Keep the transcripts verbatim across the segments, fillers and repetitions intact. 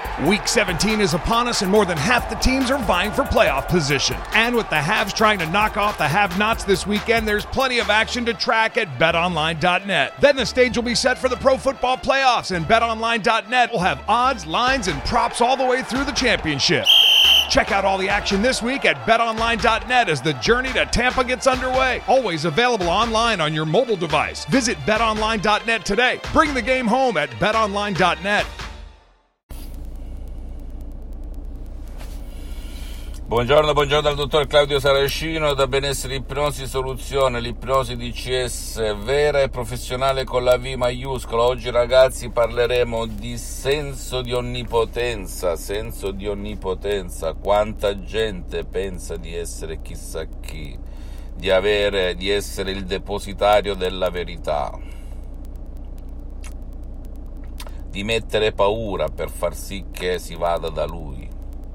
Week seventeen is upon us and more than half the teams are vying for playoff position. And with the haves trying to knock off the have-nots this weekend, there's plenty of action to track at bet online dot net. Then the stage will be set for the pro football playoffs, and bet online dot net will have odds, lines, and props all the way through the championship. Check out all the action this week at bet online dot net as the journey to Tampa gets underway. Always available online on your mobile device. Visit bet online dot net today. Bring the game home at bet online dot net. Buongiorno, buongiorno dal dottor Claudio Saracino da Benessere Ipnosi Soluzione, l'ipnosi D C S vera e professionale con la V maiuscola. Oggi ragazzi parleremo di senso di onnipotenza, senso di onnipotenza. Quanta gente pensa di essere chissà chi, di avere, di essere il depositario della verità, di mettere paura per far sì che si vada da lui.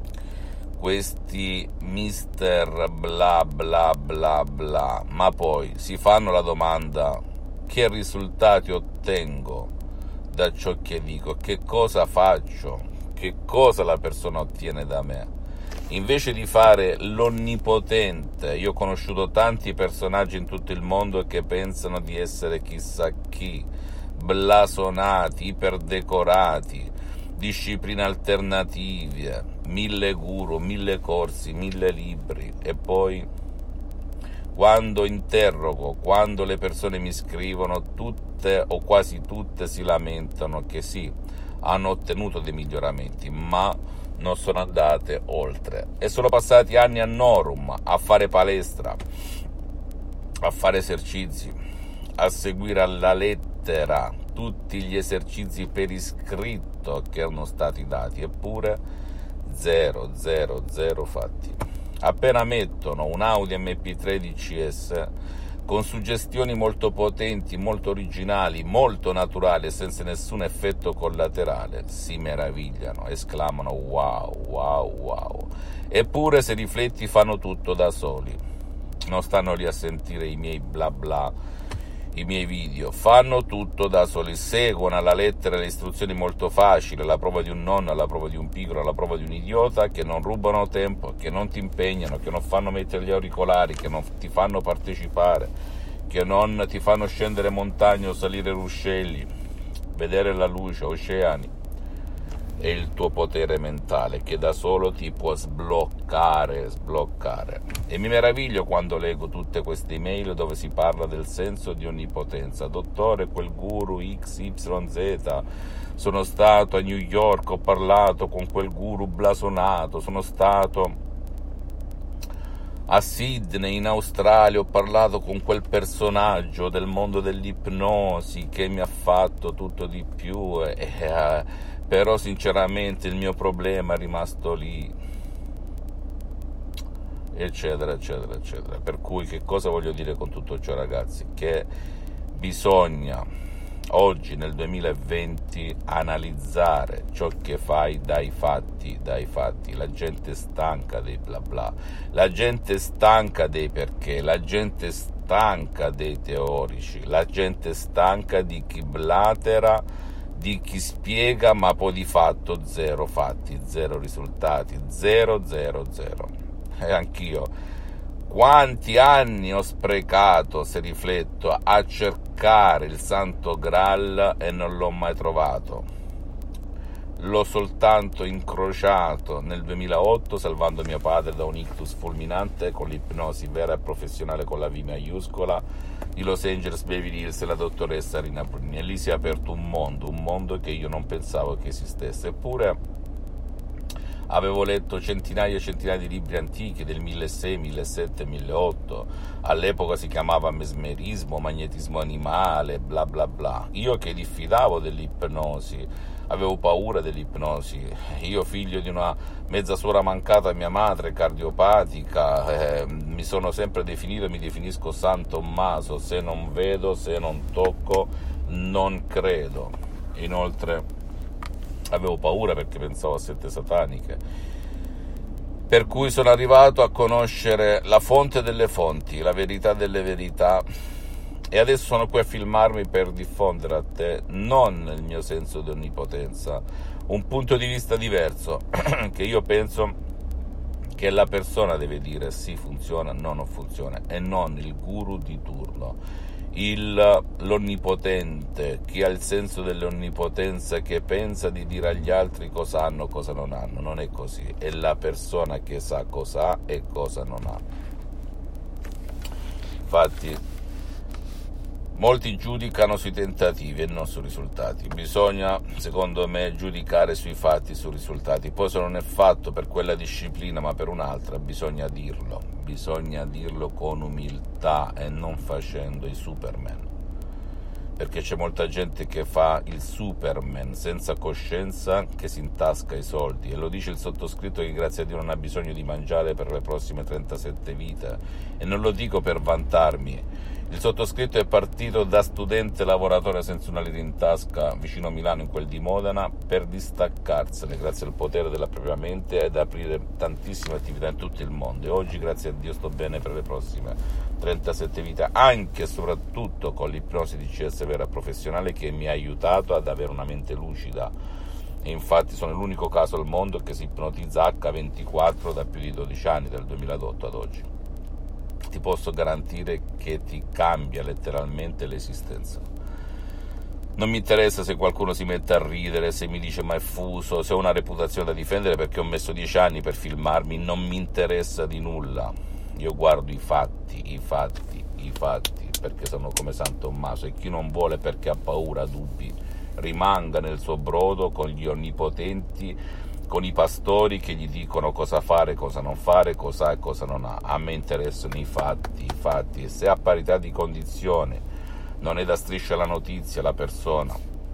Questi mister bla bla bla bla, ma poi si fanno la domanda: che risultati ottengo da ciò che dico? Che cosa faccio? Che cosa la persona ottiene da me? Invece di fare l'onnipotente, io ho conosciuto tanti personaggi in tutto il mondo che pensano di essere chissà chi, blasonati, iperdecorati, discipline alternative, mille guru, mille corsi, mille libri, e poi quando interrogo, quando le persone mi scrivono, tutte o quasi tutte si lamentano che sì, hanno ottenuto dei miglioramenti, ma non sono andate oltre e sono passati anni a Norum, a fare palestra, a fare esercizi, a seguire alla lettera tutti gli esercizi per iscritto che erano stati dati, eppure zero, zero, zero fatti. Appena mettono un Audi M P tre D C S con suggestioni molto potenti, molto originali, molto naturali e senza nessun effetto collaterale, si meravigliano, esclamano wow, wow, wow. Eppure se rifletti fanno tutto da soli, non stanno lì a sentire i miei bla bla, i miei video, fanno tutto da soli, seguono alla lettera le istruzioni molto facili, alla prova di un nonno, alla prova di un pigro, alla prova di un idiota, che non rubano tempo, che non ti impegnano, che non fanno mettere gli auricolari, che non ti fanno partecipare, che non ti fanno scendere montagne o salire ruscelli, vedere la luce, oceani. È il tuo potere mentale che da solo ti può sbloccare, sbloccare. E mi meraviglio quando leggo tutte queste email dove si parla del senso di onnipotenza. Dottore, quel guru X Y Z, sono stato a New York, ho parlato con quel guru blasonato, sono stato a Sydney in Australia, ho parlato con quel personaggio del mondo dell'ipnosi che mi ha fatto tutto di più e, e però sinceramente il mio problema è rimasto lì, eccetera eccetera eccetera. Per cui che cosa voglio dire con tutto ciò ragazzi? Che bisogna oggi nel duemilaventi analizzare ciò che fai dai fatti, dai fatti. La gente è stanca dei bla bla, la gente è stanca dei perché, la gente è stanca dei teorici, la gente è stanca di chi blatera, di chi spiega ma poi di fatto zero fatti, zero risultati, zero, zero, zero. E anch'io quanti anni ho sprecato, se rifletto, a cercare il santo Graal e non l'ho mai trovato. L'ho soltanto incrociato nel duemilaotto salvando mio padre da un ictus fulminante con l'ipnosi vera e professionale con la V maiuscola di Los Angeles Beverly Hills e la dottoressa Rina Bruni, e lì si è aperto un mondo, un mondo che io non pensavo che esistesse. Eppure avevo letto centinaia e centinaia di libri antichi del milleseicento, millesettecento, milleottocento, all'epoca si chiamava mesmerismo, magnetismo animale, bla bla bla. Io che diffidavo dell'ipnosi, avevo paura dell'ipnosi, io figlio di una mezza suora mancata, mia madre cardiopatica, eh, mi sono sempre definito e mi definisco San Tommaso, se non vedo, se non tocco, non credo. Inoltre avevo paura perché pensavo a sette sataniche, per cui sono arrivato a conoscere la fonte delle fonti, la verità delle verità, e adesso sono qui a filmarmi per diffondere a te non il mio senso di onnipotenza, un punto di vista diverso, che io penso che la persona deve dire sì, funziona, no, non funziona, e non il guru di turno, il, l'onnipotente, chi ha il senso dell'onnipotenza, che pensa di dire agli altri cosa hanno, cosa non hanno. Non è così, è la persona che sa cosa ha e cosa non ha. Infatti molti giudicano sui tentativi e non sui risultati. Bisogna, secondo me, giudicare sui fatti e sui risultati. Poi se non è fatto per quella disciplina ma per un'altra, bisogna dirlo. Bisogna dirlo con umiltà e non facendo i Superman. Perché c'è molta gente che fa il Superman senza coscienza, che si intasca i soldi. E lo dice il sottoscritto, che grazie a Dio non ha bisogno di mangiare per le prossime trentasette vite. E non lo dico per vantarmi. Il sottoscritto è partito da studente lavoratore senza una lira in tasca vicino a Milano, in quel di Modena, per distaccarsene grazie al potere della propria mente ed aprire tantissime attività in tutto il mondo. E oggi, grazie a Dio, sto bene per le prossime trentasette vite, anche e soprattutto con l'ipnosi D C S vera professionale, che mi ha aiutato ad avere una mente lucida. E infatti sono l'unico caso al mondo che si ipnotizza acca ventiquattro da più di dodici anni, dal duemilaotto ad oggi. Ti posso garantire che ti cambia letteralmente l'esistenza. Non mi interessa se qualcuno si mette a ridere, se mi dice ma è fuso, se ho una reputazione da difendere perché ho messo dieci anni per filmarmi, non mi interessa di nulla. Io guardo i fatti, i fatti, i fatti, perché sono come San Tommaso, e chi non vuole perché ha paura, dubbi, rimanga nel suo brodo con gli onnipotenti, con i pastori che gli dicono cosa fare, cosa non fare, cosa ha e cosa non ha. A me interessano i fatti, i fatti, e se a parità di condizione non è da striscia la notizia, la persona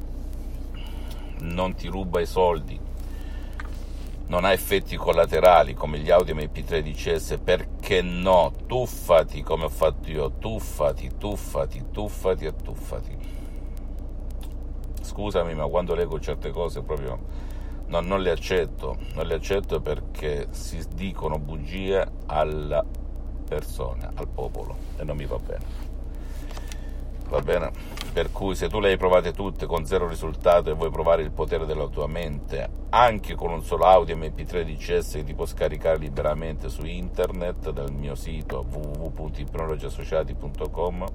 non ti ruba i soldi, non ha effetti collaterali come gli audio M P tre D C S, perché no? Tuffati come ho fatto io, tuffati, tuffati, tuffati e tuffati. Scusami, ma quando leggo certe cose proprio No, non le accetto, non le accetto perché si dicono bugie alla persona, al popolo, e non mi va bene. Va bene? Per cui se tu le hai provate tutte con zero risultato e vuoi provare il potere della tua mente, anche con un solo audio M P tre D C S che ti può scaricare liberamente su internet dal mio sito w w w punto ipnologi associati punto com,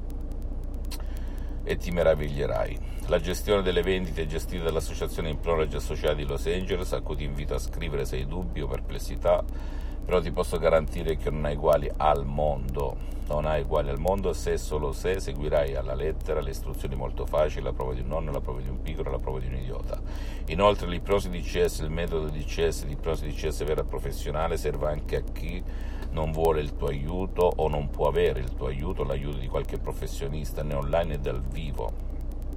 e ti meraviglierai. La gestione delle vendite è gestita dall'associazione Ipnologi Associati di Los Angeles, a cui ti invito a scrivere se hai dubbi o perplessità, però ti posso garantire che non hai uguali al mondo, non hai uguali al mondo se e solo se seguirai alla lettera le istruzioni molto facili, la prova di un nonno, la prova di un piccolo, la prova di un idiota. Inoltre l'ipnosi D C S, il metodo D C S, l'ipnosi D C S vera professionale, serve anche a chi non vuole il tuo aiuto o non può avere il tuo aiuto, l'aiuto di qualche professionista, né online né dal vivo.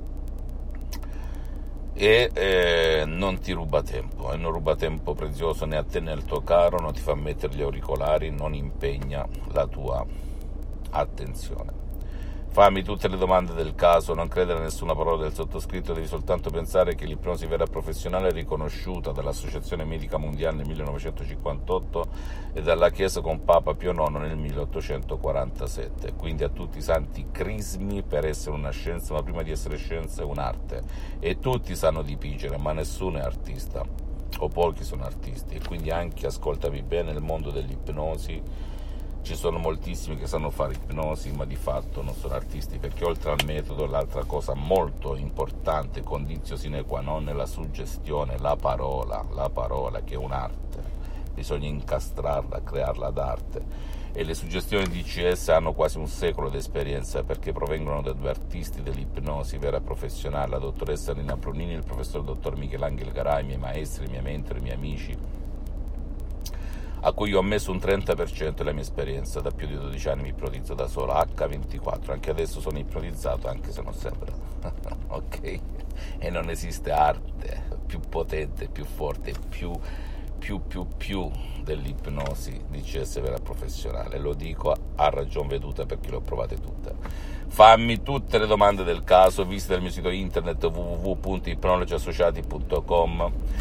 E eh, non ti ruba tempo, e non ruba tempo prezioso né a te né al tuo caro, non ti fa mettere gli auricolari, non impegna la tua attenzione. Fammi tutte le domande del caso, non credere a nessuna parola del sottoscritto, devi soltanto pensare che l'ipnosi vera professionale è riconosciuta dall'Associazione Medica Mondiale nel millenovecentocinquantotto e dalla Chiesa con Papa Pio nono nel milleottocentoquarantasette, quindi a tutti i santi crismi per essere una scienza, ma prima di essere scienza è un'arte, e tutti sanno dipingere, ma nessuno è artista, o pochi sono artisti, e quindi anche, ascoltami bene, nel mondo dell'ipnosi ci sono moltissimi che sanno fare ipnosi, ma di fatto non sono artisti, perché oltre al metodo l'altra cosa molto importante, condizio sine qua non, è la suggestione, la parola, la parola che è un'arte, bisogna incastrarla, crearla d'arte, e le suggestioni D C S hanno quasi un secolo di esperienza, perché provengono da due artisti dell'ipnosi vera professionale, la dottoressa Nina Brunini e il professor dottor Michelangelo Garai, i miei maestri, i miei mentori, i miei amici, a cui ho messo un trenta per cento della mia esperienza. Da più di dodici anni mi ipnotizzo da solo, acca ventiquattro, anche adesso sono ipnotizzato, anche se non sembra, ok? E non esiste arte più potente, più forte, più, più, più, più dell'ipnosi D C S vera professionale, lo dico a ragion veduta perché le ho provate tutte. Fammi tutte le domande del caso, visita il mio sito internet w w w punto ipnologi associati punto com,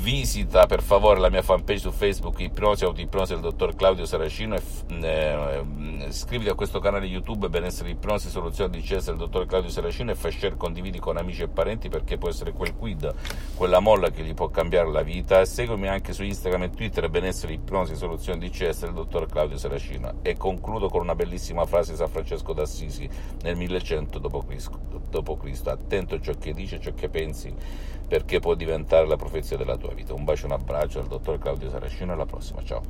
visita per favore la mia fanpage su Facebook, Ipnosi Autoipnosi del dottor Claudio Saracino, e eh, iscriviti a questo canale YouTube Benessere Ipnosi Soluzione D C S del dottor Claudio Saracino e fai share, condividi con amici e parenti, perché può essere quel quid, quella molla che gli può cambiare la vita. E seguimi anche su Instagram e Twitter Benessere Ipnosi Soluzione D C S del dottor Claudio Saracino. E concludo con una bellissima frase di San Francesco d'Assisi nel millecento dopo Cristo: attento a ciò che dici e ciò che pensi, perché può diventare la profezia della tua vita. Un bacio e un abbraccio dal dottor Claudio Saracino, alla prossima, ciao.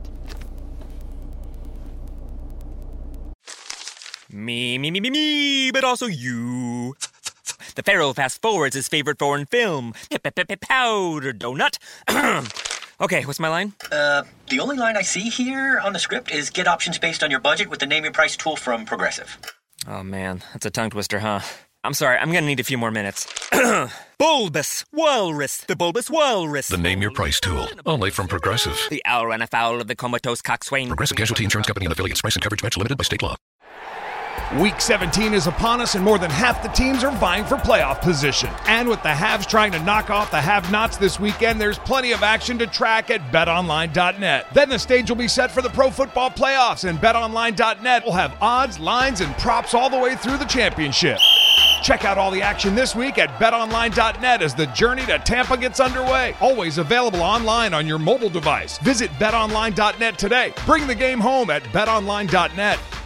Me, me, me, me, me, but also you. The Pharaoh fast forwards his favorite foreign film, Powder Donut. Okay, what's my line? Uh, the only line I see here on the script is get options based on your budget with the Name Your Price tool from Progressive. Oh man, that's a tongue twister, huh? I'm sorry, I'm gonna need a few more minutes. Bulbous Walrus, the Bulbous Walrus. The Name Your Price tool, only from Progressive. The owl ran afoul of the comatose coxswain. Progressive Casualty Insurance Company and affiliates. Price and coverage match limited by state law. Week seventeen is upon us, and more than half the teams are vying for playoff position. And with the haves trying to knock off the have-nots this weekend, there's plenty of action to track at bet online dot net. Then the stage will be set for the Pro Football Playoffs, and bet online dot net will have odds, lines, and props all the way through the championship. Check out all the action this week at bet online dot net as the journey to Tampa gets underway. Always available online on your mobile device. Visit bet online dot net today. Bring the game home at bet online dot net.